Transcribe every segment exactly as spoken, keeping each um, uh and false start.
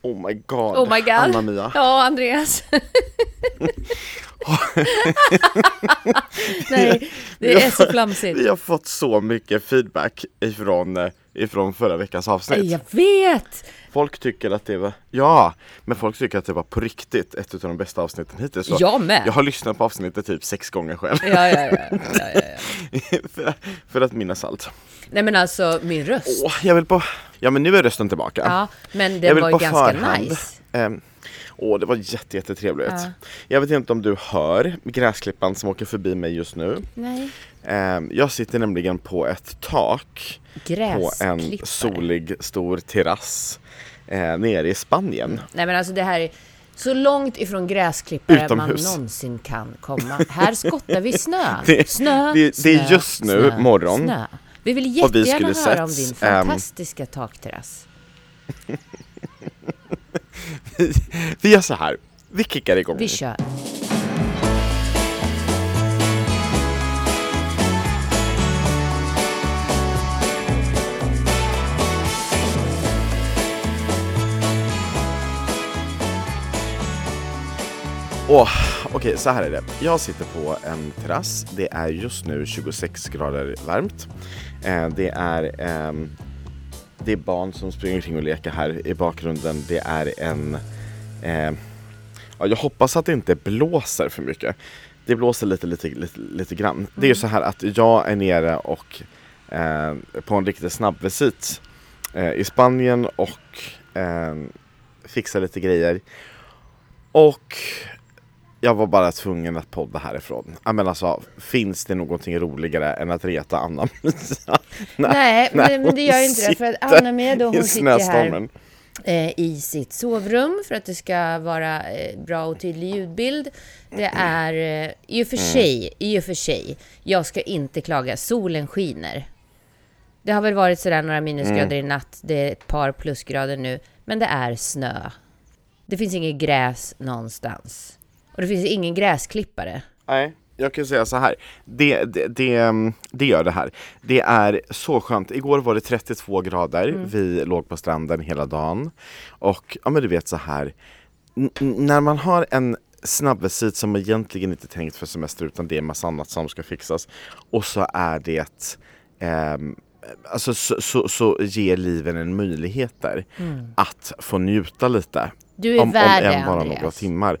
Oh my god, oh my god. Anna-Mia. Ja, Andreas. Nej, det är så flamsigt. Vi har fått så mycket feedback ifrån, ifrån förra veckans avsnitt. Jag vet. Folk tycker att det var, ja, men folk tycker att det var på riktigt ett av de bästa avsnitten hittills. Så jag med. Jag har lyssnat på avsnittet typ sex gånger själv. Ja, ja, ja. ja, ja, ja. för, för att minnas allt. Nej, men alltså min röst. Åh, jag vill på, ja men nu är rösten tillbaka. Ja, men det var ju ganska förhand. Nice. Um, Åh, det var jätte, jättetrevligt. Ja. Jag vet inte om du hör gräsklippan som åker förbi mig just nu. Nej. Um, jag sitter nämligen på ett tak på en solig stor terrass eh, nere i Spanien. Nej, men alltså det här är så långt ifrån gräsklippare Utomhus. Man någonsin kan komma. Här skottar vi snö. det, snö, det, snö, det är just nu snö, morgon. Snö. Vi vill jättegärna vi höra sett, om din um, fantastiska takterrass. vi, vi gör så här. Vi kickar igång. Vi kör. Åh, okej, okay, så här är det. Jag sitter på en terrass. Det är just nu tjugosex grader varmt. Eh, det är eh, det är barn som springer kring och leker här i bakgrunden. Det är en eh, ja, jag hoppas att det inte blåser för mycket. Det blåser lite lite lite, lite grann. Mm. Det är ju så här att jag är nere och eh, på en riktigt snabb visit eh, i Spanien och eh, fixar lite grejer. Och jag var bara tvungen att podda härifrån. Jag menar alltså, finns det någonting roligare än att reta Anna-Mia? Nej, men, men det gör inte det. För att Anna-Mia då, hon sitter här eh, i sitt sovrum för att det ska vara eh, bra och tydlig ljudbild. Det är eh, i och för sig, mm. i och för sig, jag ska inte klaga, solen skiner. Det har väl varit sådär några minusgrader mm. i natt, det är ett par plusgrader nu, men det är snö. Det finns inget gräs någonstans. Och det finns ingen gräsklippare. Nej, jag kan säga så här. Det, det, det, det gör det här. Det är så skönt. Igår var det trettiotvå grader. Mm. Vi låg på stranden hela dagen. Och ja, men du vet så här. N- när man har en snabbvisit som egentligen inte är tänkt för semester, utan det är en massa annat som ska fixas. Och så är det... Eh, alltså så, så, så ger liven en möjlighet där. Mm. Att få njuta lite. Du är om, värd om än bara Andreas. Några timmar.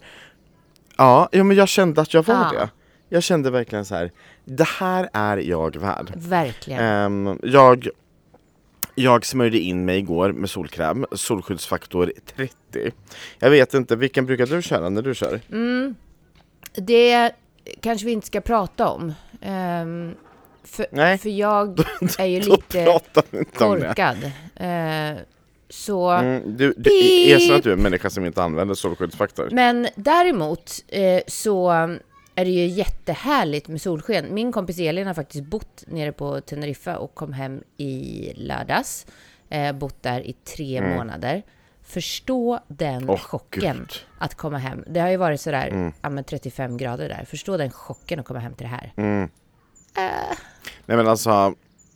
Ja, ja, men jag kände att jag var ja. det. Jag kände verkligen så här. Det här är jag värd. Verkligen. Um, jag, jag smörjde in mig igår med solkräm. Solskyddsfaktor trettio. Jag vet inte, vilken brukar du köra när du kör? Mm, det kanske vi inte ska prata om. Um, för, Nej. för jag är ju lite korkad. Uh, Så mm, du, du erkänner att du är en människa som inte använder solskyddsfaktor. Men däremot eh, så är det ju jättehärligt med solsken. Min kompis Elin har faktiskt bott nere på Teneriffa och kom hem i lördags. Eh, bott där i tre mm. månader. Förstå den oh, chocken Gud. Att komma hem. Det har ju varit sådär mm. ja, men trettiofem grader där. Förstå den chocken att komma hem till det här. Mm. Äh. Nej men alltså...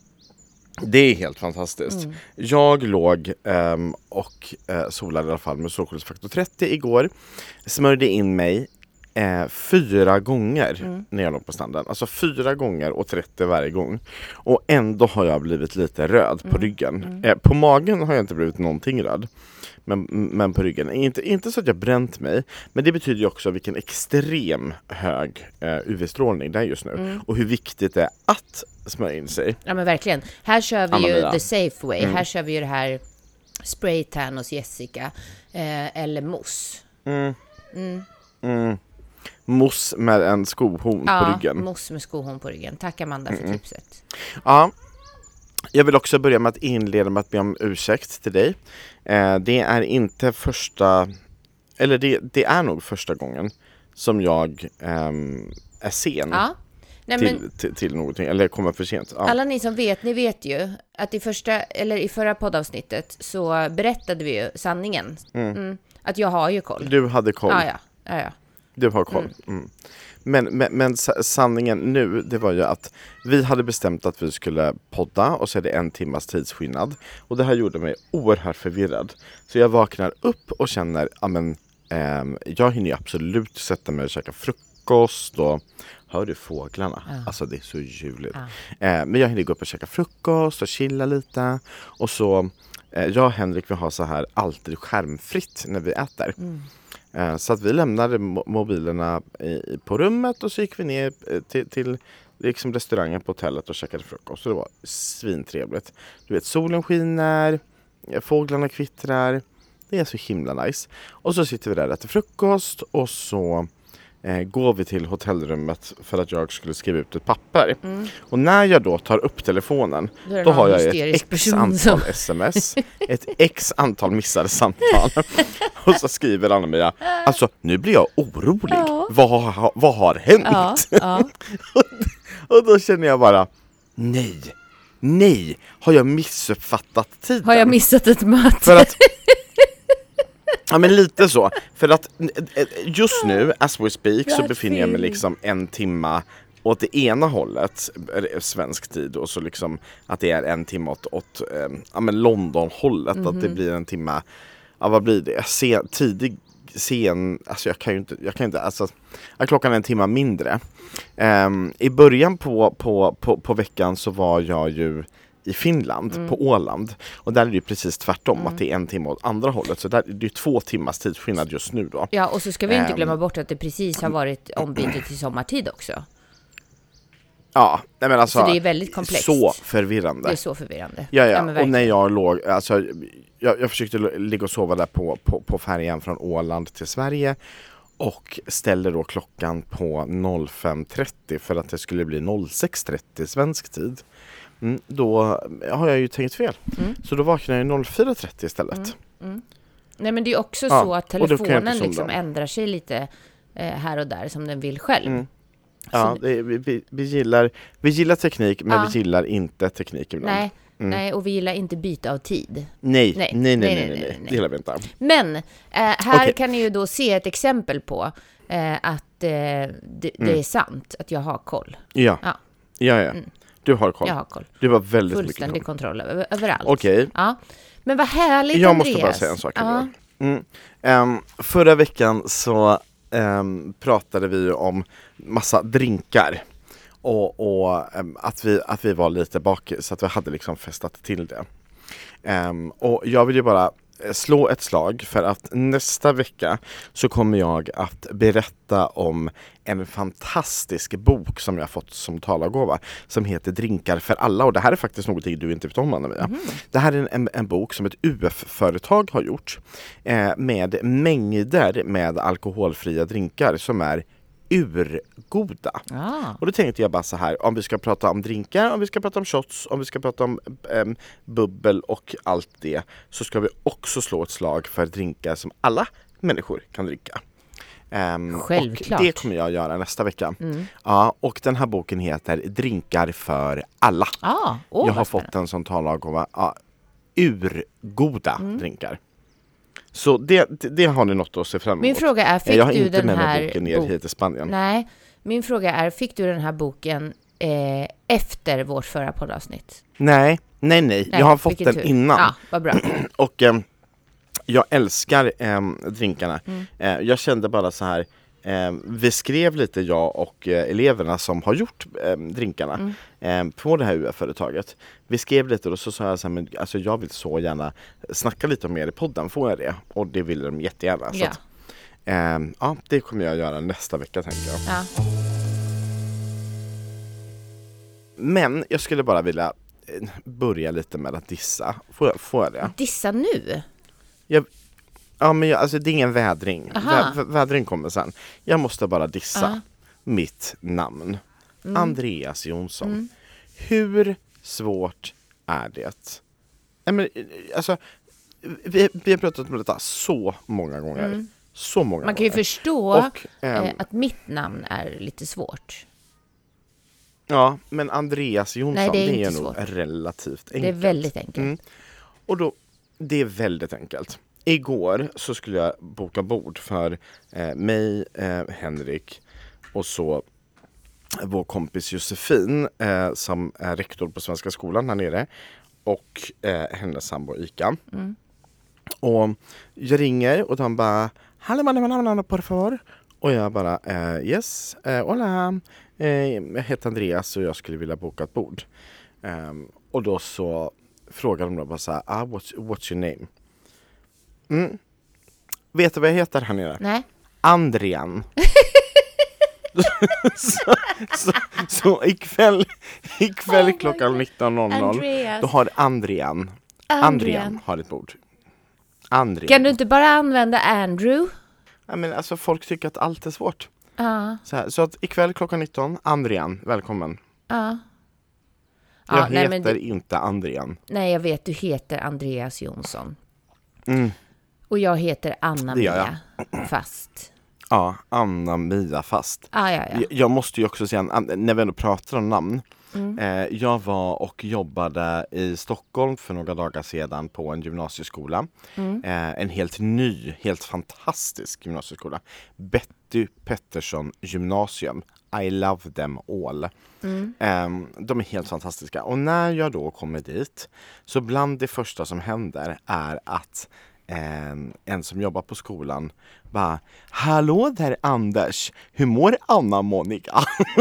Det är helt fantastiskt. Mm. Jag låg um, och uh, solade i alla fall med solskyddsfaktor trettio igår. Smörjde in mig uh, fyra gånger mm. när jag låg på stranden. Alltså fyra gånger och trettio varje gång. Och ändå har jag blivit lite röd på mm. ryggen. Mm. Uh, på magen har jag inte blivit någonting röd. Men, men på ryggen. Inte, inte så att jag bränt mig. Men det betyder ju också vilken extrem hög uh, U V-strålning det är just nu. Mm. Och hur viktigt det är att smörja in sig. Ja men verkligen. Här kör vi Anna-Mia. ju the safe way. Mm. Här kör vi ju det här spraytan hos Jessica. Eh, eller mousse. Mm. Mm. Mm. Mousse med en skohorn ja, på ryggen. Ja, mousse med skohorn på ryggen. Tack Amanda för mm. tipset. Ja. Jag vill också börja med att inleda med att be om ursäkt till dig. Eh, det är inte första... Eller det, det är nog första gången som jag eh, är sen. Ja. Nej, till, men, till, till någonting, eller kommer för sent. Ja. Alla ni som vet, ni vet ju att i första eller i förra poddavsnittet så berättade vi ju sanningen. Mm. Mm, att jag har ju koll. Du hade koll. Ja, ja. ja, ja. Du har koll. Mm. Mm. Men, men, men sanningen nu, det var ju att vi hade bestämt att vi skulle podda och så är det en timmas tidsskillnad. Och det här gjorde mig oerhört förvirrad. Så jag vaknar upp och känner, ja men eh, jag hinner ju absolut sätta mig och käka frukost och hör du fåglarna? Ja. Alltså det är så ljuvligt. Ja. Eh, men jag hinner gå upp och käka frukost och chilla lite. Och så, eh, jag och Henrik vill ha så här alltid skärmfritt när vi äter. Mm. Så att vi lämnade mobilerna i, på rummet och så gick vi ner till, till liksom restaurangen på hotellet och käkade frukost. Så det var svintrevligt. Du vet, solen skiner, fåglarna kvittrar. Det är så himla nice. Och så sitter vi där och äter frukost och så eh, går vi till hotellrummet för att jag skulle skriva ut ett papper. Mm. Och när jag då tar upp telefonen, då, då har jag ett x antal som... sms, ett x antal missade samtal. Och så skriver Anna-Mia, alltså nu blir jag orolig. Ja. Vad, vad har hänt? Ja, ja. och, och då känner jag bara, nej, nej, har jag missuppfattat tiden? Har jag missat ett möte? För att, ja men lite så. För att just nu, as we speak, så befinner jag mig liksom en timma åt det ena hållet, svensk tid, och så liksom att det är en timme åt, åt eh, ja, men London-hållet, mm-hmm. att det blir en timma. Ja, vad blir det? Sen, tidig, sen, alltså jag kan ju inte, jag kan inte, alltså, klockan är en timme mindre. Um, I början på, på, på, på veckan så var jag ju i Finland, mm. på Åland. Och där är det ju precis tvärtom, mm. att det är en timme åt andra hållet. Så där är det ju två timmars tidsskillnad just nu då. Ja, och så ska vi inte glömma um, bort att det precis har varit ombyte till sommartid också. Ja, nej men alltså, så det är väldigt komplext. Så förvirrande. Det är så förvirrande. Ja, ja. ja och när jag låg, alltså, jag, jag försökte ligga och sova där på, på, på färjan från Åland till Sverige och ställde då klockan på fem trettio för att det skulle bli sex trettio svensk tid. Mm, då har jag ju tänkt fel. Mm. Så då vaknade jag fyra trettio istället. Mm. Mm. Nej, men det är också ja, så att telefonen liksom ändrar sig lite eh, här och där som den vill själv. Mm. Ja, det är, vi, vi, gillar, vi gillar teknik, men ja. vi gillar inte teknik ibland. Nej, mm. nej, och vi gillar inte byta av tid. Nej, nej, nej, nej, nej, nej, nej, nej. Det gillar vi inte. Men eh, här okay. kan ni ju då se ett exempel på eh, att eh, det, det mm. är sant, att jag har koll. Ja, ja, ja. ja. Mm. Du har koll. Jag har koll. Du har väldigt Fullständig mycket koll. kontroll över, överallt. Okej. Okay. Ja. Men vad härligt, jag Andreas. måste bara säga en sak. Ja. Mm. Um, förra veckan så um, pratade vi om massa drinkar. Och, och um, att, vi, att vi var lite bak så att vi hade liksom festat till det. Um, och jag vill ju bara slå ett slag för att nästa vecka så kommer jag att berätta om en fantastisk bok som jag fått som talargåva som heter Drinkar för alla, och det här är faktiskt något du inte vet om, Anna-Mia. Mm. Det här är en, en bok som ett U F-företag har gjort eh, med mängder med alkoholfria drinkar som är urgoda. Ah. Och då tänkte jag bara så här, om vi ska prata om drinkar, om vi ska prata om shots, om vi ska prata om um, bubbel och allt det, så ska vi också slå ett slag för drinkar som alla människor kan dricka. Um, Självklart. Och det kommer jag göra nästa vecka. Mm. Ja, och den här boken heter Drinkar för alla. Ah, oh, jag har fått en sån talargåva. Ja, urgoda mm. drinkar. Så det, det, det har ni något att se fram emot. Min fråga är, fick jag har du inte den med här mig boken ner hit till Spanien. Nej, min fråga är, fick du den här boken eh, efter vårt förra poddavsnitt? Nej, nej, nej. nej jag har fått den tur. innan. Ja, vad bra. Och eh, jag älskar eh, drinkarna. Mm. Eh, jag kände bara så här, eh, vi skrev lite, jag och eh, eleverna som har gjort eh, drinkarna mm. eh, på det här U F-företaget. Vi skrev lite och så sa jag så här, men alltså jag vill så gärna snacka lite om er i podden, får jag det? Och det vill de jättegärna. Ja. Så att, eh, ja, det kommer jag göra nästa vecka, tänker jag. Ja. Men jag skulle bara vilja börja lite med att dissa. Får jag, får jag det? Dissa nu? Jag, ja, men jag, alltså det är ingen vädring. Vä, vädring kommer sen. Jag måste bara dissa Aha. mitt namn. Mm. Andreas Jonsson. Mm. Hur svårt är det? Nej, men, alltså, vi, vi har pratat om detta så många gånger. Mm. Så många Man kan gånger. ju förstå och, ähm, att mitt namn är lite svårt. Ja, men Andreas Jonsson, Nej, det är, det är nog svårt. relativt enkelt. Det är väldigt enkelt. Mm. Och då, det är väldigt enkelt. igår så skulle jag boka bord för eh, mig, eh, Henrik och så vår kompis Josefin eh, som är rektor på Svenska skolan här nere och eh, hennes sambo Ika. Mm. Och jag ringer och de bara hallå, hallå, hallå, hallå, por favor. Och jag bara eh, yes, eh, hola, eh, jag heter Andreas och jag skulle vilja boka ett bord. Um, och då så frågar de då bara så här, ah, what's, what's your name? Mm. Vet du vad jag heter här nere? Nej. Andrian. så, så, så ikväll, ikväll oh klockan nitton noll noll då har Andrian, Andrian Andrian har ett bord. Andrian. Kan du inte bara använda Andrew? Ja, men alltså folk tycker att allt är svårt. Uh. Så, här, så att ikväll klockan nitton, Andrian, välkommen. Ja. Uh. Jag ja, heter nej, det, inte Andrian. Nej, jag vet, du heter Andreas Jonsson. Mm. Och jag heter Anna-Mia Fast. Ja, Anna-Mia Fast. Ah, ja, ja. Jag, jag måste ju också säga, när vi ändå pratar om namn. Mm. Eh, jag var och jobbade i Stockholm för några dagar sedan på en gymnasieskola. Mm. Eh, en helt ny, helt fantastisk gymnasieskola. Betty Pettersson gymnasium. I love them all. Mm. Um, de är helt fantastiska. Och när jag då kommer dit så bland det första som händer är att um, en som jobbar på skolan bara, hallå där Anders, hur mår Anna Monica?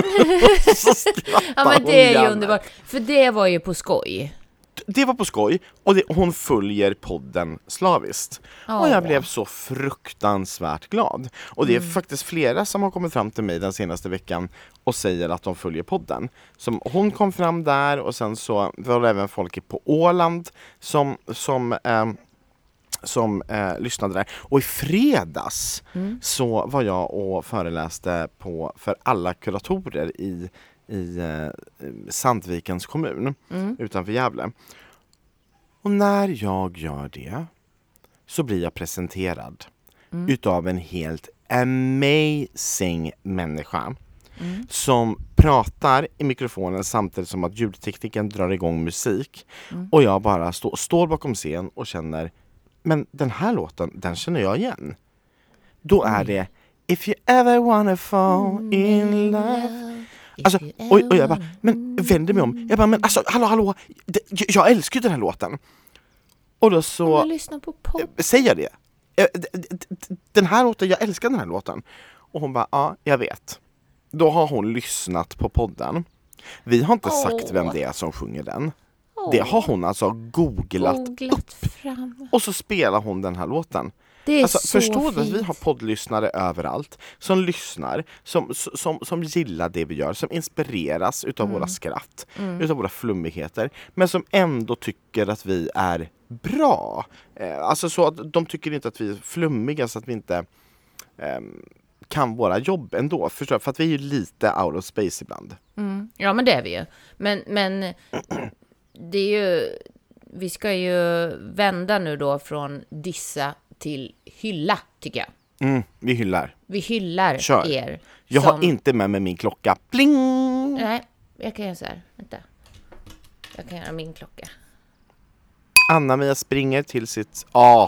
Så ja men det är ju underbart, för det var ju på skoj. Det var på skoj och det, hon följer podden slaviskt. Oh. Och jag blev så fruktansvärt glad. Och det är mm. faktiskt flera som har kommit fram till mig den senaste veckan och säger att de följer podden. Som hon kom fram där och sen så var det även folk på Åland som, som, eh, som eh, lyssnade där. Och i fredags mm. så var jag och föreläste på, för alla kuratorer i i eh, Sandvikens kommun mm. utanför Gävle. Och när jag gör det så blir jag presenterad mm. utav en helt amazing människa mm. som pratar i mikrofonen samtidigt som att ljudtekniken drar igång musik mm. och jag bara stå, står bakom scen och känner, men den här låten, den känner jag igen. Då mm. är det If you ever wanna fall mm. in love. Alltså, och, och jag bara, men vänder mig om. Jag bara, men alltså, hallå, hallå. Det, jag älskar ju den här låten. Och då så... Jag lyssnar på pop. Säger jag det? Den här låten, jag älskar den här låten. Och hon bara, ja, jag vet. Då har hon lyssnat på podden. Vi har inte oh. sagt vem det är som sjunger den. Oh. Det har hon alltså googlat, googlat upp. Fram. Och så spelar hon den här låten. Det är alltså, så förstår du att fint. Vi har poddlyssnare överallt som lyssnar, som, som, som gillar det vi gör, som inspireras utav mm. våra skratt, mm. utav våra flummigheter, men som ändå tycker att vi är bra. Eh, alltså så att de tycker inte att vi är flummiga så att vi inte eh, kan våra jobb ändå. Förstår? För att vi är ju lite out of space ibland. Mm. Ja, men det är vi ju. Men, men det är ju, vi ska ju vända nu då från dissa till hylla, tycker jag. Mm, vi hyllar. Vi hyllar Kör. er. Jag som... har inte med mig min klocka. Pling! Nej, jag kan göra så här. Vänta. Jag kan göra min klocka. Anna-Mia springer till sitt... Ah.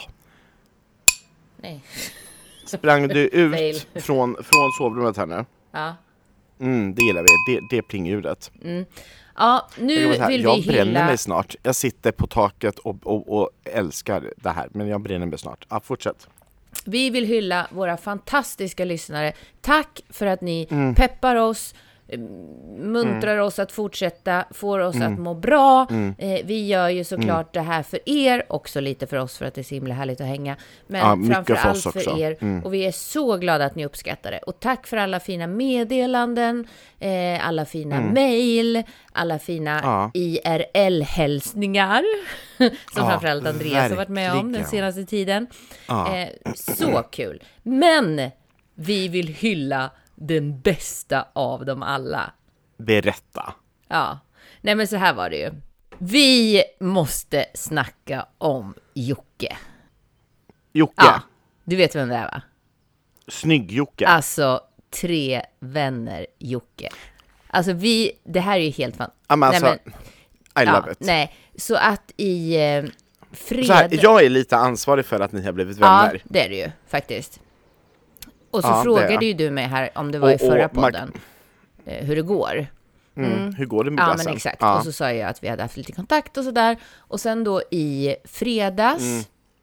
Nej. Sprang du ut från, från sovrummet här nu? Ja. Mm, det gillar vi. Det, det är plingljudet. Mm. Ja, nu jag vill vi Jag hylla... bränner mig snart. Jag sitter på taket och, och, och älskar det här. Men jag bränner mig snart. Ja, fortsätt. Vi vill hylla våra fantastiska lyssnare. Tack för att ni mm. peppar oss, muntrar mm. oss att fortsätta, får oss mm. att må bra. Mm. Eh, vi gör ju såklart mm. det här för er, också lite för oss för att det är så himla härligt att hänga. Men ja, framför allt för, för er. Mm. Och vi är så glada att ni uppskattar det. Och tack för alla fina meddelanden, eh, alla fina mm. mejl, alla fina ja. I R L-hälsningar som ja, framförallt Andreas verkligen. Har varit med om den senaste tiden. Ja. Eh, så kul. Men vi vill hylla den bästa av dem alla. Berätta. Ja. Nej, men så här var det ju. Vi måste snacka om Jocke. Jocke? Ja, du vet vem det är, va? Snygg Jocke. Alltså, tre vänner Jocke. Alltså vi, det här är ju helt fan... Ja, men alltså, nej, men, I love ja, it. Nej, så att i... Fred... Så här, jag är lite ansvarig för att ni har blivit vänner. Ja, det är det ju faktiskt. Och så ja, frågade ju du mig här om det var och, i förra podden man... hur det går. Mm. Mm. Hur går det med ja, glassen? Men exakt. Ja. Och så sa jag att vi hade haft lite kontakt och sådär. Och sen då i fredags mm.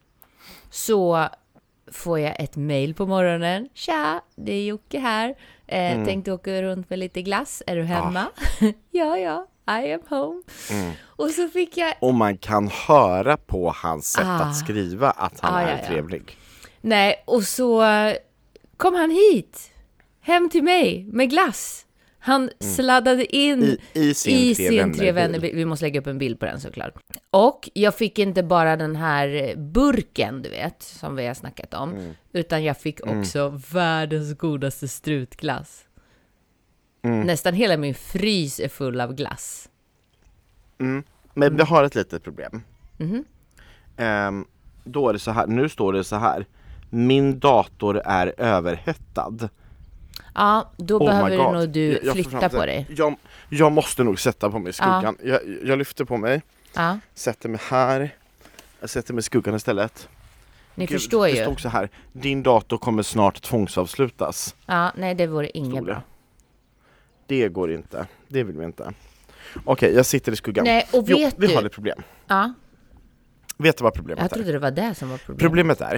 så får jag ett mejl på morgonen. Tja, det är Jocke här. Eh, mm. Tänkte åka runt med lite glass. Är du hemma? Ah. ja, ja. I am home. Mm. Och så fick jag... Och man kan höra på hans sätt ah. att skriva att han ah, är ja, ja. trevlig. Nej, och så kom han hit. Hem till mig med glass. Han mm. sladdade in I, i sin, i tre, sin vänner tre vänner. Vi måste lägga upp en bild på den såklart. Och jag fick inte bara den här burken, du vet, som vi har snackat om. Mm. Utan jag fick också mm. världens godaste strutglass. Mm. Nästan hela min frys är full av glass. Mm. Men mm. vi har ett litet problem. Mm. Um, då är det så här, nu står det så här. Min dator är överhettad. Ja, då oh behöver du nog du jag, jag flytta på dig. Jag, jag måste nog sätta på mig i skuggan. Ja. Jag, jag lyfter på mig. Ja. Sätter mig här. Jag sätter mig i skuggan istället. Ni Gud, förstår ju. Det stod så här. Din dator kommer snart tvångsavslutas. Ja, nej det vore inget bra. Det går inte. Det vill vi inte. Okej, jag sitter i skuggan. Nej, och vet jo, vi du... har ett problem. Ja. Vet du vad problemet är? Jag trodde det var det som var problemet. Problemet är...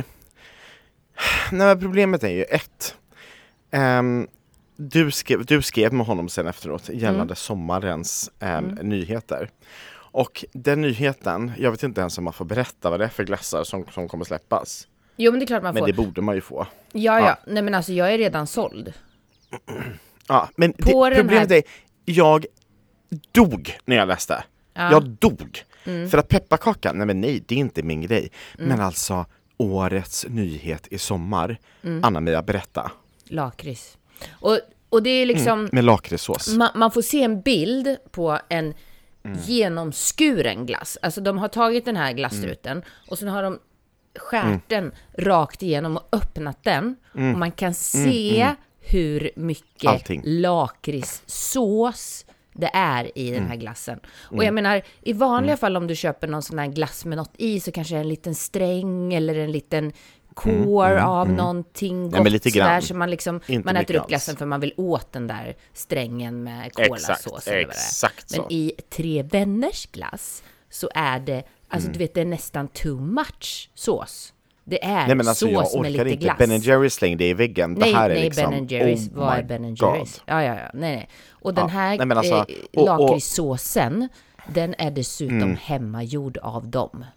Nej, problemet är ju ett... Um, du, skrev, du skrev med honom sen efteråt gällande mm. sommarens um, mm. nyheter. Och den nyheten, jag vet inte ens om man får berätta vad det är för glassar som, som kommer släppas. Jo, men det är klart man men får. Men det borde man ju få. Ja, ja. ja. Nej, men alltså jag är redan såld. Ja, men det, problemet här... är, jag dog när jag läste. Ja. Jag dog. Mm. För att pepparkakan, nej men nej, det är inte min grej. Mm. Men alltså, årets nyhet i sommar. Mm. Anna-Mia, berätta. Lakrits. Och, och det är liksom... Mm, med lakritssås. Man, man får se en bild på en mm. genomskuren glass. Alltså de har tagit den här glasstruten mm. och sen har de skärt den mm. rakt igenom och öppnat den. Mm. Och man kan se mm. hur mycket Allting. lakritssås det är i den här glassen. Mm. Och jag menar, i vanliga mm. fall om du köper någon sån här glass med något i så kanske en liten sträng eller en liten core mm, mm, av mm. någonting gott. Nej, sådär, så man liksom man äter upp glassen alls. För man vill åt den där strängen med kolasås. Eller exakt Men så. i Tre Vänners glass så är det, alltså mm. du vet, det är nästan too much sås. Det är nej, men alltså, sås med lite inte. glass. Ben and Jerry's slängde i väggen. Nej, det här nej, är liksom, Ben and Jerry's. Oh vad är Ben and Jerry's? Ja, ja, ja. Nej, nej. Och den ja, här nej, alltså, eh, lakritssåsen, den är dessutom mm. hemmagjord av dem.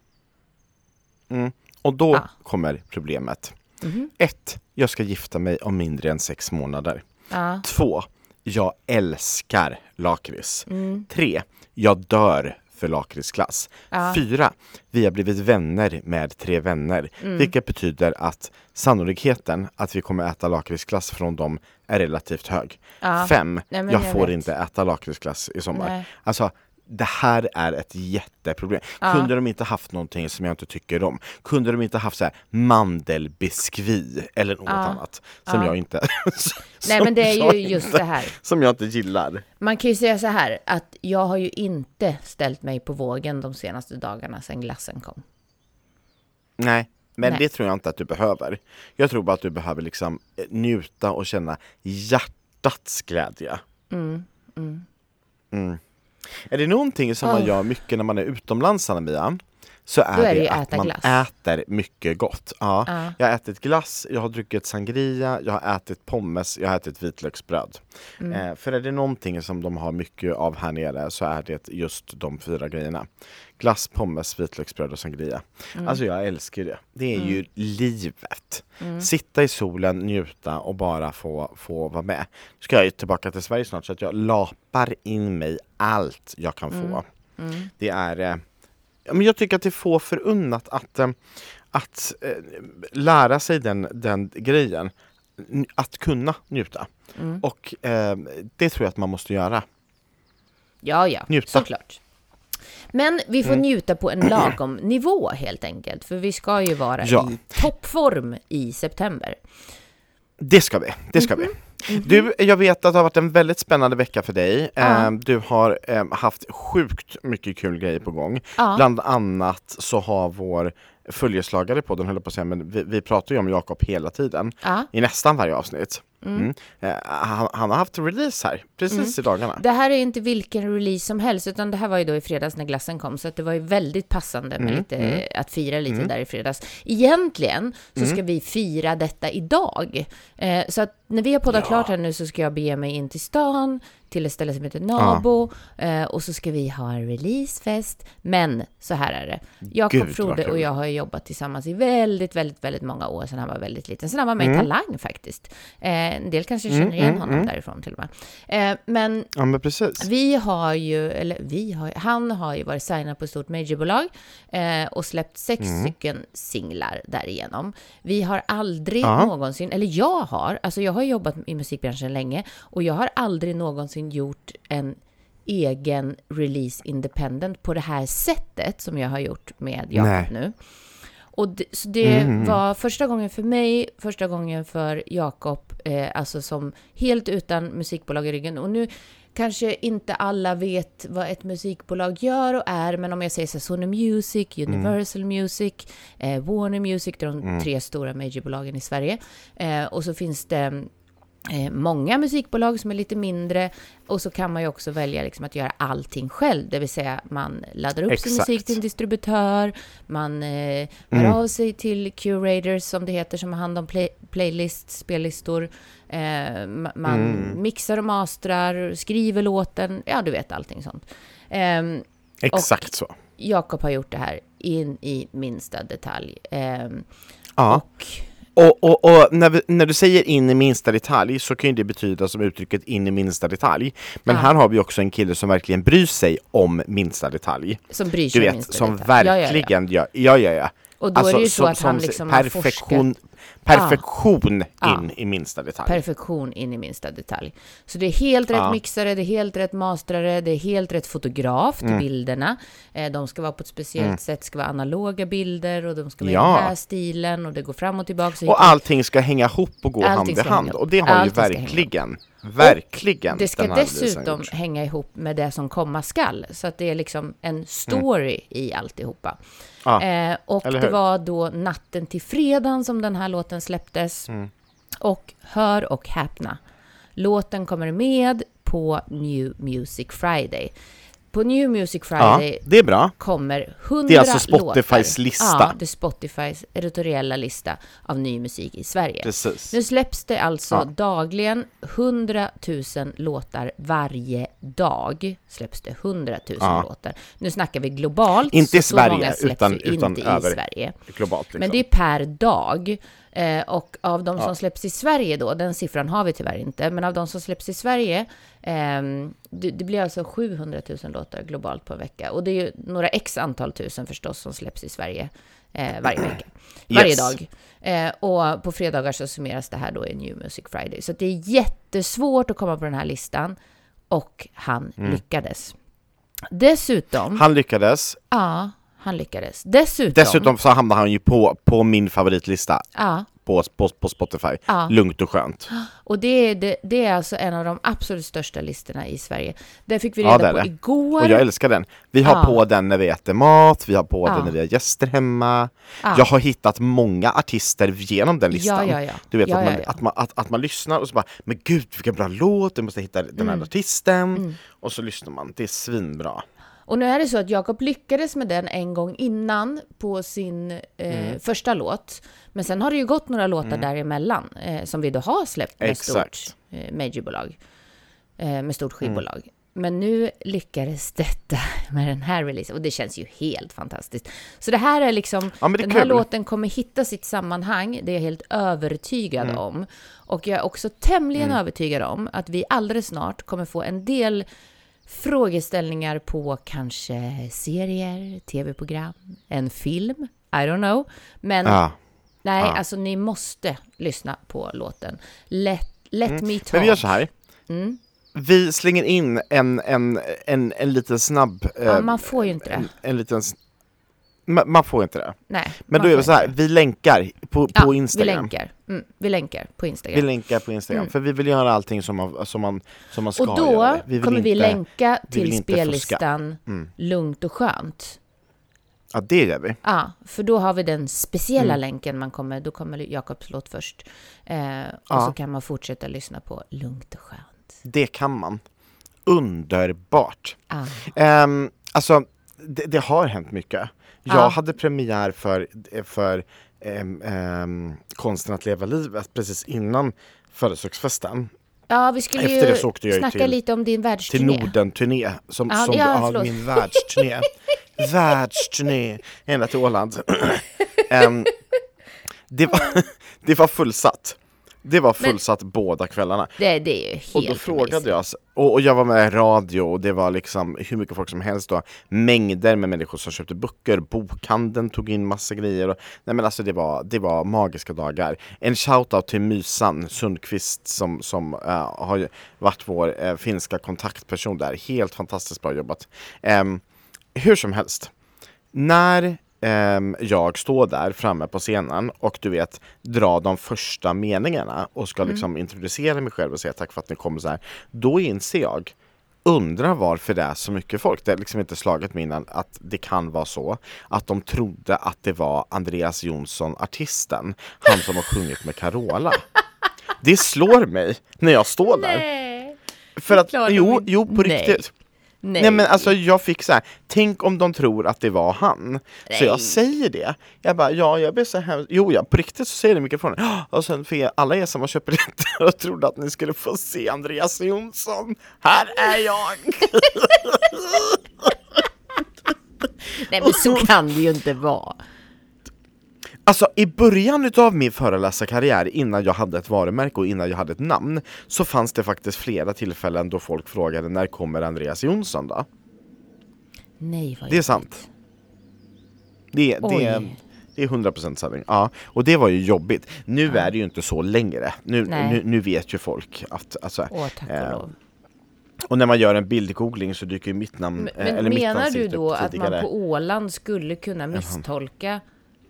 Mm. Och då ah. kommer problemet. Mm-hmm. Ett, jag ska gifta mig om mindre än sex månader. Ah. Två, jag älskar lakrits. Mm. Tre, jag dör för lakritsglass. Ah. Fyra, vi har blivit vänner med tre vänner. Mm. Vilket betyder att sannolikheten att vi kommer äta lakritsglass från dem är relativt hög. Ah. Fem, Nej, jag, jag får vet. inte äta lakritsglass i sommar. Nej. Alltså, det här är ett jätteproblem. Ja. Kunde de inte haft någonting som jag inte tycker om? Kunde de inte haft så här mandelbiskvi eller något ja. annat som ja. jag inte Nej, men det är ju just inte, det här. Som jag inte gillar. Man kan ju säga så här att jag har ju inte ställt mig på vågen de senaste dagarna sedan glassen kom. Nej, men Nej. det tror jag inte att du behöver. Jag tror bara att du behöver liksom njuta och känna hjärtats glädje. Mm, mm. Mm. Är det någonting som oh. man gör mycket när man är utomlands, Anna-Mia, så är, är det, det att äta man glass. äter mycket gott. Ja. Uh. Jag har ätit glass, jag har druckit sangria, jag har ätit pommes, jag har ätit vitlöksbröd. Mm. Eh, för är det någonting som de har mycket av här nere så är det just de fyra grejerna. Glass, pommes, vitlöksbröd och sangria. Mm. Alltså jag älskar det. Det är mm. ju livet. Mm. Sitta i solen, njuta och bara få, få vara med. Nu ska jag ju tillbaka till Sverige snart så att jag lapar in mig allt jag kan mm. få. Mm. Det är... Eh, men jag tycker att det är få förunnat att, att, att äh, lära sig den, den grejen. Att kunna njuta. Mm. Och äh, det tror jag att man måste göra. Ja, ja. Njuta. Såklart. Men vi får mm. njuta på en lagom nivå helt enkelt. För vi ska ju vara ja. i toppform i september. Det ska vi, det ska mm-hmm. vi. Mm-hmm. Du, jag vet att det har varit en väldigt spännande vecka för dig. Ja. Du har eh, haft sjukt mycket kul grejer på gång. Ja. Bland annat så har vår följeslagare på den, höll på att säga, men vi, vi pratar ju om Jakob hela tiden. Ja. I nästan varje avsnitt. Mm. Mm. Eh, han, han har haft release här precis mm. i dagarna. Det här är inte vilken release som helst, utan det här var ju då i fredags när glassen kom, så att det var ju väldigt passande med mm. lite, mm. att fira lite mm. där i fredags. Egentligen så ska mm. vi fira detta idag. Eh, så att när vi har poddat ja. klart här nu så ska jag bege mig in till stan, till ett ställe som heter Nabo, ja. eh, och så ska vi ha en releasefest. Men så här är det. Jakob Frode och jag har jobbat tillsammans i väldigt, väldigt, väldigt många år sedan han var väldigt liten. Sen han var med i mm. Talang faktiskt. Eh, en del kanske känner igen mm, honom mm. därifrån till och med. Eh, men, ja, men precis. Vi har ju, eller vi har, han har ju varit signad på ett stort majorbolag eh, och släppt sex mm. stycken singlar därigenom. Vi har aldrig ja. någonsin, eller jag har, alltså jag har jobbat i musikbranschen länge och jag har aldrig någonsin gjort en egen release independent på det här sättet som jag har gjort med Jakob nu. Och det, så det mm. var första gången för mig, första gången för Jakob, eh, alltså som helt utan musikbolag i ryggen. Och nu kanske inte alla vet vad ett musikbolag gör och är, men om jag säger så, Sony Music, Universal mm. Music, eh, Warner Music, det är de mm. tre stora majorbolagen i Sverige. Eh, och så finns det Eh, många musikbolag som är lite mindre, och så kan man ju också välja liksom att göra allting själv, det vill säga man laddar upp Exakt. sin musik till en distributör, man eh, hör mm. av sig till curators som det heter, som har hand om play- playlists, spellistor, eh, man mm. mixar och mastrar, skriver låten, ja du vet allting sånt. Eh, Exakt så. Jakob har gjort det här in i minsta detalj. Eh, ja. Och Och, och, och när, vi, när du säger in i minsta detalj så kan ju det betyda som uttrycket in i minsta detalj. Men ja. här har vi också en kille som verkligen bryr sig om minsta detalj. Som bryr sig om minsta som detalj. verkligen gör, ja, ja, ja. Och då alltså, är det ju så som, att han liksom perfektion, har forskat. Perfektion ja. in ja. i minsta detalj. Perfektion in i minsta detalj. Så det är helt rätt ja. mixare, det är helt rätt mastrare, det är helt rätt fotograf till mm. bilderna. Eh, de ska vara på ett speciellt mm. sätt, ska vara analoga bilder och de ska vara ja. i den här stilen och det går fram och tillbaka. Och allting ska hänga ihop och gå allting hand i hand. Och det har allting ju verkligen, verkligen. Och det ska dessutom hänga ihop med det som komma skall. Så att det är liksom en story mm. i alltihopa. Ja, eh, och det var då natten till fredagen som den här låten släpptes. Mm. Och hör och häpna. Låten kommer med på New Music Friday. På New Music Friday ja, det är bra. kommer hundra Det är alltså Spotifys låtar. lista. Ja, det är Spotifys editoriella lista av ny musik i Sverige. Precis. Nu släpps det alltså ja. dagligen hundratusen låtar varje dag. Släpps det hundratusen ja. låtar. Nu snackar vi globalt. Inte i så Sverige, så utan, utan inte över i Sverige. Globalt. Liksom. Men det är per dag. Eh, och av de ja. som släpps i Sverige då, den siffran har vi tyvärr inte, men av de som släpps i Sverige, eh, det, det blir alltså sjuhundratusen låtar globalt på en vecka. Och det är ju några x antal tusen förstås som släpps i Sverige eh, varje vecka, varje yes. dag. Eh, och på fredagar så summeras det här då i New Music Friday. Så det är jättesvårt att komma på den här listan, och han mm. lyckades. Dessutom... Han lyckades? Ja. Han lyckades. Dessutom, Dessutom så hamnade han ju på, på min favoritlista. Ja. På, på, på Spotify. Ja. Lugnt och skönt. Och det är, det, det är alltså en av de absolut största listorna i Sverige. Det fick vi reda ja, på det. igår. Och jag älskar den. Vi har ja. på den när vi äter mat. Vi har på ja. den när vi har gäster hemma. Ja. Jag har hittat många artister genom den listan. Ja, ja, ja. Du vet ja, att, man, ja, ja. Att, man, att, att man lyssnar och så bara, men gud vilken bra låt. Du måste hitta den här mm. artisten. Mm. Och så lyssnar man. Det är svinbra. Och nu är det så att Jakob lyckades med den en gång innan på sin eh, mm. första låt. Men sen har det ju gått några låtar mm. däremellan eh, som vi då har släppt med Exakt. stort eh, majorbolag. Eh, med stort skivbolag. Mm. Men nu lyckades detta med den här releasen. Och det känns ju helt fantastiskt. Så det här är liksom, ja, det den är här låten kommer hitta sitt sammanhang. Det är jag helt övertygad mm. om. Och jag är också tämligen mm. övertygad om att vi alldeles snart kommer få en del frågeställningar på kanske serier, tv-program, en film, I don't know. Men ja. nej, ja. alltså ni måste lyssna på låten. Let, let mm. me talk. Men vi gör så här. Mm. Vi slänger in en, en, en, en liten snabb... Ja, eh, man får ju inte det. En, en liten... man, man får inte det. Nej. Men då är det så här, inte. vi länkar på, ja, på Instagram. Vi länkar. Mm, vi länkar på Instagram. Vi länkar på Instagram, mm. för vi vill göra allting som man, som man, som man ska göra. Och då göra. Vi kommer inte, vi länka vi till spellistan mm. Lugnt och skönt. Ja, det gör vi. Ja, för då har vi den speciella mm. länken man kommer, då kommer Jakobs låt först. Eh, och ja. så kan man fortsätta lyssna på Lugnt och skönt. Det kan man. Underbart. Ah. Um, alltså, det, det har hänt mycket. Jag ah. hade premiär för, för um, um, Konsten att leva livet precis innan födelsedagsfesten. Ja, vi skulle Efter ju det så åkte jag snacka till, lite om din världsturné. Till Norden-turné. Som, ah, som ja, ja, min världsturné. världsturné. Ända till Åland. um, det, var, det var fullsatt. Det var fullsatt Men, båda kvällarna. Det, det är ju helt Och då frågade jag, och, och jag var med i radio och det var liksom hur mycket folk som helst då. Mängder med människor som köpte böcker, bokhandeln tog in massa grejer. Och, nej men alltså det var, det var magiska dagar. En shoutout till Mysan Sundqvist som, som uh, har varit vår uh, finska kontaktperson där. Helt fantastiskt bra jobbat. Um, hur som helst, när Um, jag står där framme på scenen och du vet, dra de första meningarna och ska mm. liksom introducera mig själv och säga tack för att ni kommer så här. Då inser jag, undrar varför det är så mycket folk. Det är liksom inte slaget mig innan att det kan vara så att de trodde att det var Andreas Jonsson, artisten, han som har sjungit med Carola. Det slår mig när jag står där. Nej. För att, jo, jo på Nej. riktigt. Nej. Nej men alltså jag fick så här, tänk om de tror att det var han. Nej. Så jag säger det. Jag bara, ja jag blir så här. Jo ja, på riktigt så säger det mycket från. Och sen för er, alla er som har köpt biljetter och trodde att ni skulle få se Andreas Jonsson. Här är jag. Nej men så kan det ju inte vara. Alltså i början av min föreläsarkarriär, innan jag hade ett varumärke och innan jag hade ett namn, så fanns det faktiskt flera tillfällen då folk frågade när kommer Andreas Jonsson då? Nej, vad det är sant. Det, det, är, det är hundra procent sanning. Ja, och det var ju jobbigt. Nu ja. är det ju inte så längre. Nu, nu, nu vet ju folk att... Alltså, Åh, tack och lov. Och när man gör en bildgoogling så dyker ju mitt namn... Men, eller men mitt menar du då att man på Åland skulle kunna misstolka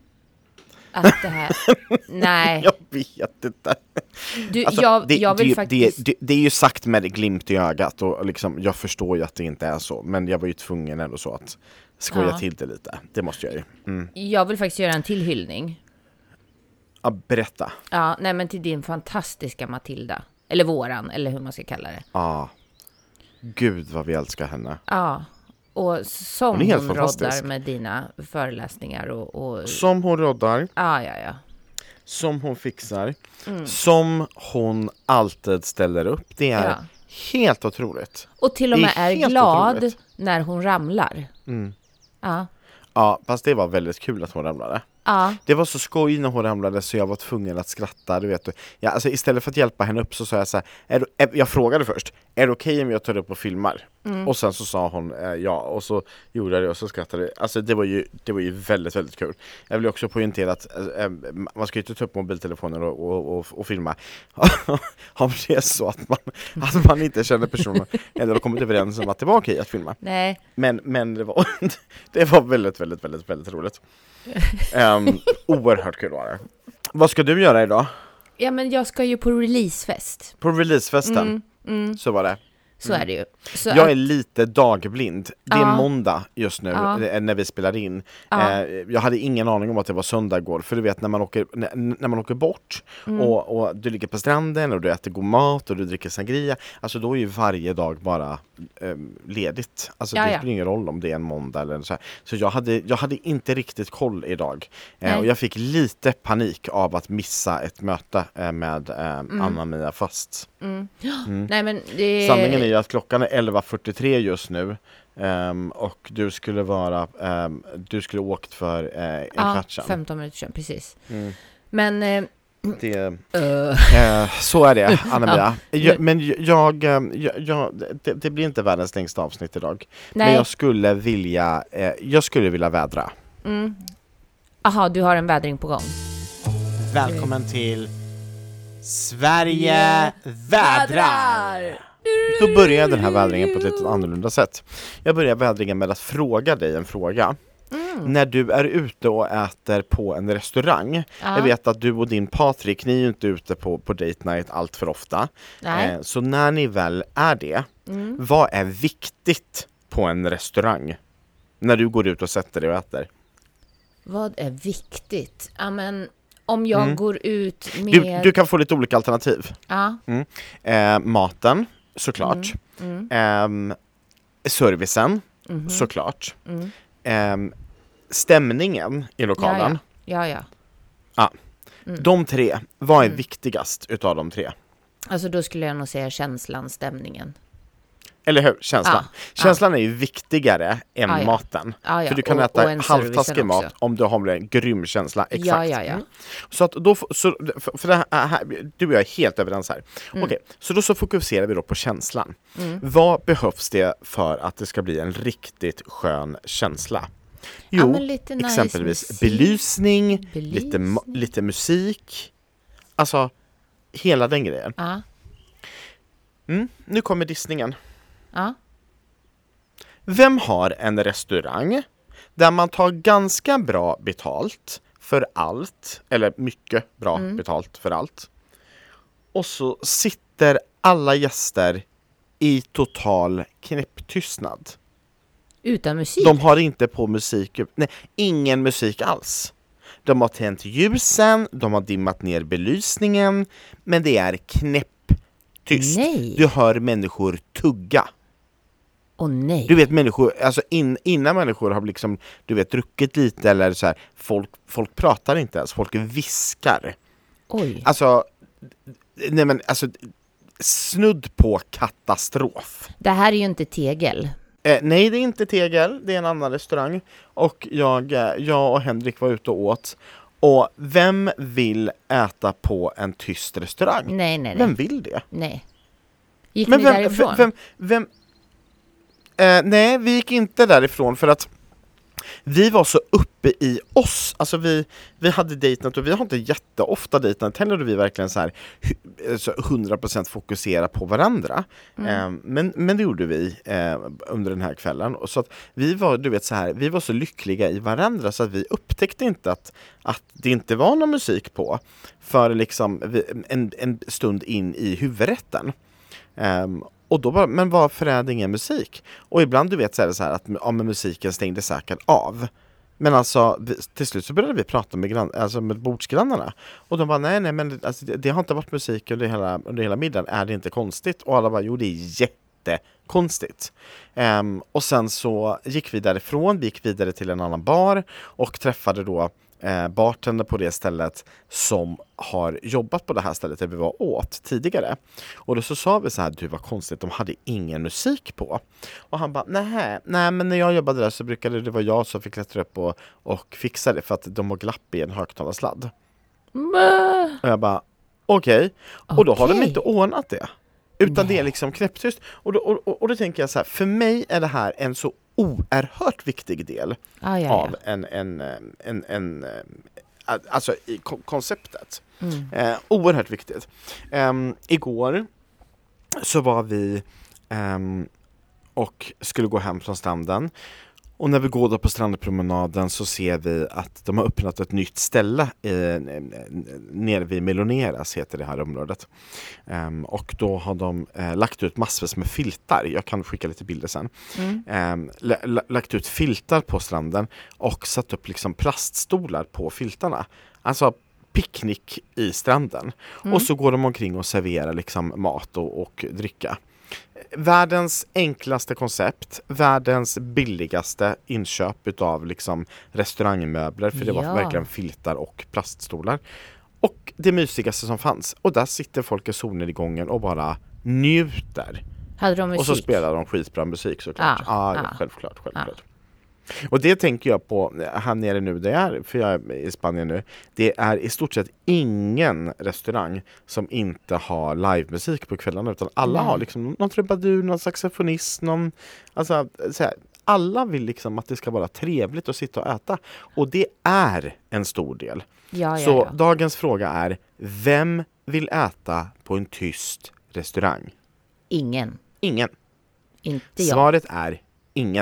att det här... Nej. Jag vet inte. Du, alltså, jag, det, jag vill det, faktiskt... det, det, det är ju sagt med glimt i ögat och liksom, jag förstår ju att det inte är så. Men jag var ju tvungen ändå så att skoja ja. till det lite. Det måste jag ju. Mm. Jag vill faktiskt göra en till hyllning. Ja, berätta. Ja, nej men till din fantastiska Matilda. Eller våran, eller hur man ska kalla det. Ja. Gud vad vi älskar henne. Ja. Och som hon, hon roddar med dina föreläsningar. Och, och... Som hon roddar. Ja, ja, ja. Som hon fixar. Mm. Som hon alltid ställer upp. Det är ja. helt otroligt. Och till och med är, är glad otroligt. när hon ramlar. Mm. Ja. Ja, fast det var väldigt kul att hon ramlade. Ja. Det var så skoj när hon ramlade så jag var tvungen att skratta, du vet. Ja, alltså istället för att hjälpa henne upp så sa jag så här, är du, är, jag frågade först, är det okej okay om jag tar upp och filmar? Mm. Och sen så sa hon eh, ja, och så gjorde jag det och så skrattade jag. Alltså det var ju, det var ju väldigt, väldigt kul. Jag vill också poängtera att eh, man ska ju inte ta upp mobiltelefonen och, och, och, och filma. Om det är så att man, att man inte känner personen eller har kommit överens om att det var okej att filma. Nej. Men, men det, var, det var väldigt, väldigt, väldigt, väldigt roligt. um, oerhört kul var det. Vad ska du göra idag? Ja men jag ska ju på releasefest. På releasefesten? Mm, mm. Så var det. Så mm. är det ju. Så jag att... är lite dagblind. Det är ja. måndag just nu ja. när vi spelar in. Ja. Eh, jag hade ingen aning om att det var söndag igår. För du vet när man åker, när, när man åker bort mm. och, och du ligger på stranden och du äter god mat och du dricker sangria. Alltså då är ju varje dag bara eh, ledigt. Alltså ja, det ja. spelar ingen roll om det är en måndag eller så här. Så jag hade, jag hade inte riktigt koll idag. Eh, och jag fick lite panik av att missa ett möte eh, med eh, mm. Anna-Mia Fast. Mm. Mm. Nej, men det... Sanningen är ju att klockan är elva fyrtiotre just nu um, och du skulle vara um, du skulle åkt för uh, en ja, kvart sedan. femton minuter sedan, precis. Mm. Men uh, det, uh. uh, så är det, Anna-Mia. ja. jag, men jag, jag, jag det, det blir inte världens längsta avsnitt idag. Nej. Men jag skulle vilja uh, jag skulle vilja vädra. Mm. Aha, du har en vädring på gång. Välkommen mm. till Sverige vädrar. Då börjar jag den här vädringen på ett lite annorlunda sätt. Jag börjar vädringen med att fråga dig en fråga. Mm. Mm. När du är ute och äter på en restaurang. Ja. Jag vet att du och din Patrik, ni är ju inte ute på, på date night allt för ofta. Eh, så när ni väl är det, mm. vad är viktigt på en restaurang? När du går ut och sätter dig och äter. Vad är viktigt? Ja, men om jag mm. går ut med... Du, du kan få lite olika alternativ. Ja. Mm. Eh, maten, såklart. Mm. Mm. Eh, servicen, mm. såklart. Mm. Eh, stämningen i lokalen. Ja, ja. ja. ja. Mm. De tre, vad är mm. viktigast utav de tre? Alltså då skulle jag nog säga känslan, stämningen. Eller hur? Känslan. Ja, Känslan ja. är ju viktigare än ja, ja. maten. Ja, ja. För du kan och, äta och halvtaskig mat om du har en grym känsla. Exakt. Ja, ja, ja. Mm. Så att då, så, för det här, du och jag är helt överens här. Mm. Okej, så då så fokuserar vi då på känslan. Mm. Vad behövs det för att det ska bli en riktigt skön känsla? Jo, ja, lite exempelvis nice belysning, belysning. Lite, lite musik. Alltså, hela den grejen. Ja. Mm, nu kommer dissningen. Ja. Vem har en restaurang där man tar ganska bra betalt för allt, eller mycket bra mm. betalt för allt, och så sitter alla gäster i total knäpptystnad? Utan musik? De har inte på musik, nej, ingen musik alls. De har tänt ljusen, de har dimmat ner belysningen, men det är knäpptyst. Nej. Du hör människor tugga. Oh, nej. Du vet människor, alltså in, innan människor har liksom, du vet, druckit lite eller så här, folk, folk pratar inte ens, folk viskar. Oj. Alltså, nej men alltså, snudd på katastrof. Det här är ju inte Tegel. Eh, nej, det är inte Tegel, det är en annan restaurang. Och jag, jag och Henrik var ute och åt. Och vem vill äta på en tyst restaurang? Nej, nej, nej. Vem vill det? Nej. Gick men ni vem, därifrån? Vem, vem, Eh, nej, vi gick inte därifrån för att vi var så uppe i oss. Alltså vi, vi hade dejtnat och vi har inte jätteofta dejtnat. Heller vi verkligen så här så hundra procent fokusera på varandra. Mm. Eh, men, men det gjorde vi eh, under den här kvällen. Och så att vi var, du vet så här, vi var så lyckliga i varandra så att vi upptäckte inte att, att det inte var någon musik på för liksom en, en stund in i huvudrätten. Eh, Och då bara, men varför är det ingen musik? Och ibland du vet så är det så här att ja, men musiken stängde säkert av. Men alltså vi, till slut så började vi prata med, grann, alltså med bordsgrannarna. Och de bara, nej nej men alltså, det, det har inte varit musik under hela, under hela middagen. Är det inte konstigt? Och alla bara, jo det är jättekonstigt. Um, och sen så gick vi därifrån, vi gick vidare till en annan bar och träffade då Eh, bartender på det stället som har jobbat på det här stället där vi var åt tidigare. Och då så sa vi så här, du var konstigt, de hade ingen musik på. Och han bara, nej, nej men när jag jobbade där så brukade det vara jag som fick klättra upp och, och fixa det för att de har glapp i en högtalarsladd. Mm. Och jag bara, okej. Okay. Och då har de inte ordnat det. Utan nej. Det är liksom knäpptyst. Och då, och, och, och då tänker jag så här, för mig är det här en så oerhört viktig del ah, ja, ja. av en, en, en, en, en alltså i konceptet. Mm. Eh, oerhört viktigt. Um, igår så var vi um, och skulle gå hem från stranden. Och när vi går då på strandpromenaden så ser vi att de har öppnat ett nytt ställe eh, nere vid Meloneras heter det här området. Um, och då har de eh, lagt ut massvis med filtar. Jag kan skicka lite bilder sen. Mm. Um, l- lagt ut filtar på stranden och satt upp liksom plaststolar på filtarna. Alltså picknick i stranden. Mm. Och så går de omkring och serverar liksom mat och, och dricka. Världens enklaste koncept, världens billigaste inköp utav liksom restaurangmöbler, för det var ja. verkligen filtar och plaststolar. Och det mysigaste som fanns. Och där sitter folk i solnedgången och bara njuter. Hade de musik? Och så spelar de skitbra musik såklart. Ah, ah, ja, ah, självklart, självklart. Ah. Och det tänker jag på här nere nu där jag är, för jag är i Spanien nu. Det är i stort sett ingen restaurang som inte har livemusik på kvällarna, utan alla mm. har liksom någon trubadur, någon saxofonist, någon, alltså så här, alla vill liksom att det ska vara trevligt att sitta och äta. Och det är en stor del. Ja, ja, Så ja. dagens fråga är, vem vill äta på en tyst restaurang? Ingen. Ingen. Inte jag. Svaret är ingen.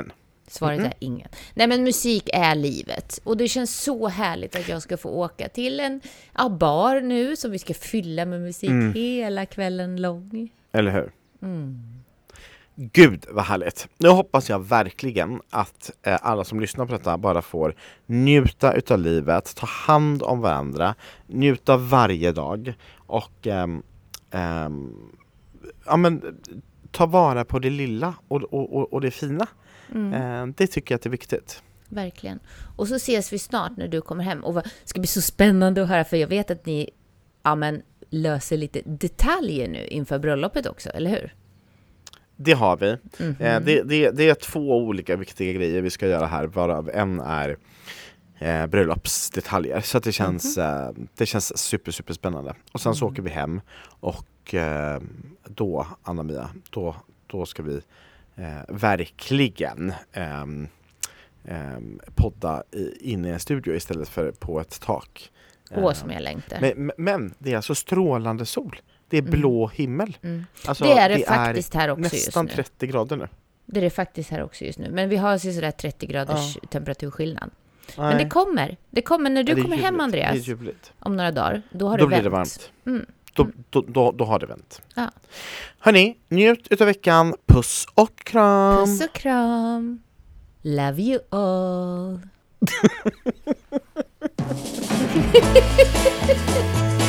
Svaret mm. är ingen. Nej, men musik är livet. Och det känns så härligt att jag ska få åka till en ja, bar nu som vi ska fylla med musik mm. hela kvällen lång. Eller hur? Mm. Gud, vad härligt. Nu hoppas jag verkligen att eh, alla som lyssnar på detta bara får njuta utav livet, ta hand om varandra, njuta varje dag och ehm, ehm, ja, men, ta vara på det lilla och, och, och det fina. Mm. Eh, det tycker jag att det är viktigt. Verkligen. Och så ses vi snart när du kommer hem. Och det ska bli så spännande att höra, för jag vet att ni ja, men, löser lite detaljer nu inför bröllopet också, eller hur? Det har vi. Mm-hmm. Eh, det, det, det är två olika viktiga grejer vi ska göra här, varav en är eh, bröllopsdetaljer. Så att det känns, mm-hmm. eh, det känns super, super spännande. Och sen mm. så åker vi hem och eh, då, Anna-Mia, då, då ska vi eh, verkligen eh, eh, podda i, inne i en studio istället för på ett tak. Åh, som jag längtar. Men, men det är alltså strålande sol. Det är blå mm. himmel. Mm. Alltså, det är det, det faktiskt är här också just nu. Nästan trettio grader nu. Det är det faktiskt här också just nu. Men vi har sådär trettio graders ja. temperaturskillnad. Nej. Men det kommer. Det kommer när du kommer jubligt. hem, Andreas. Om några dagar. Då har då det blir vänt. det varmt. Mm. Då, då, då, då har det vänt. Ja. Hörni, njut utav veckan. Puss och kram. Puss och kram. Love you all.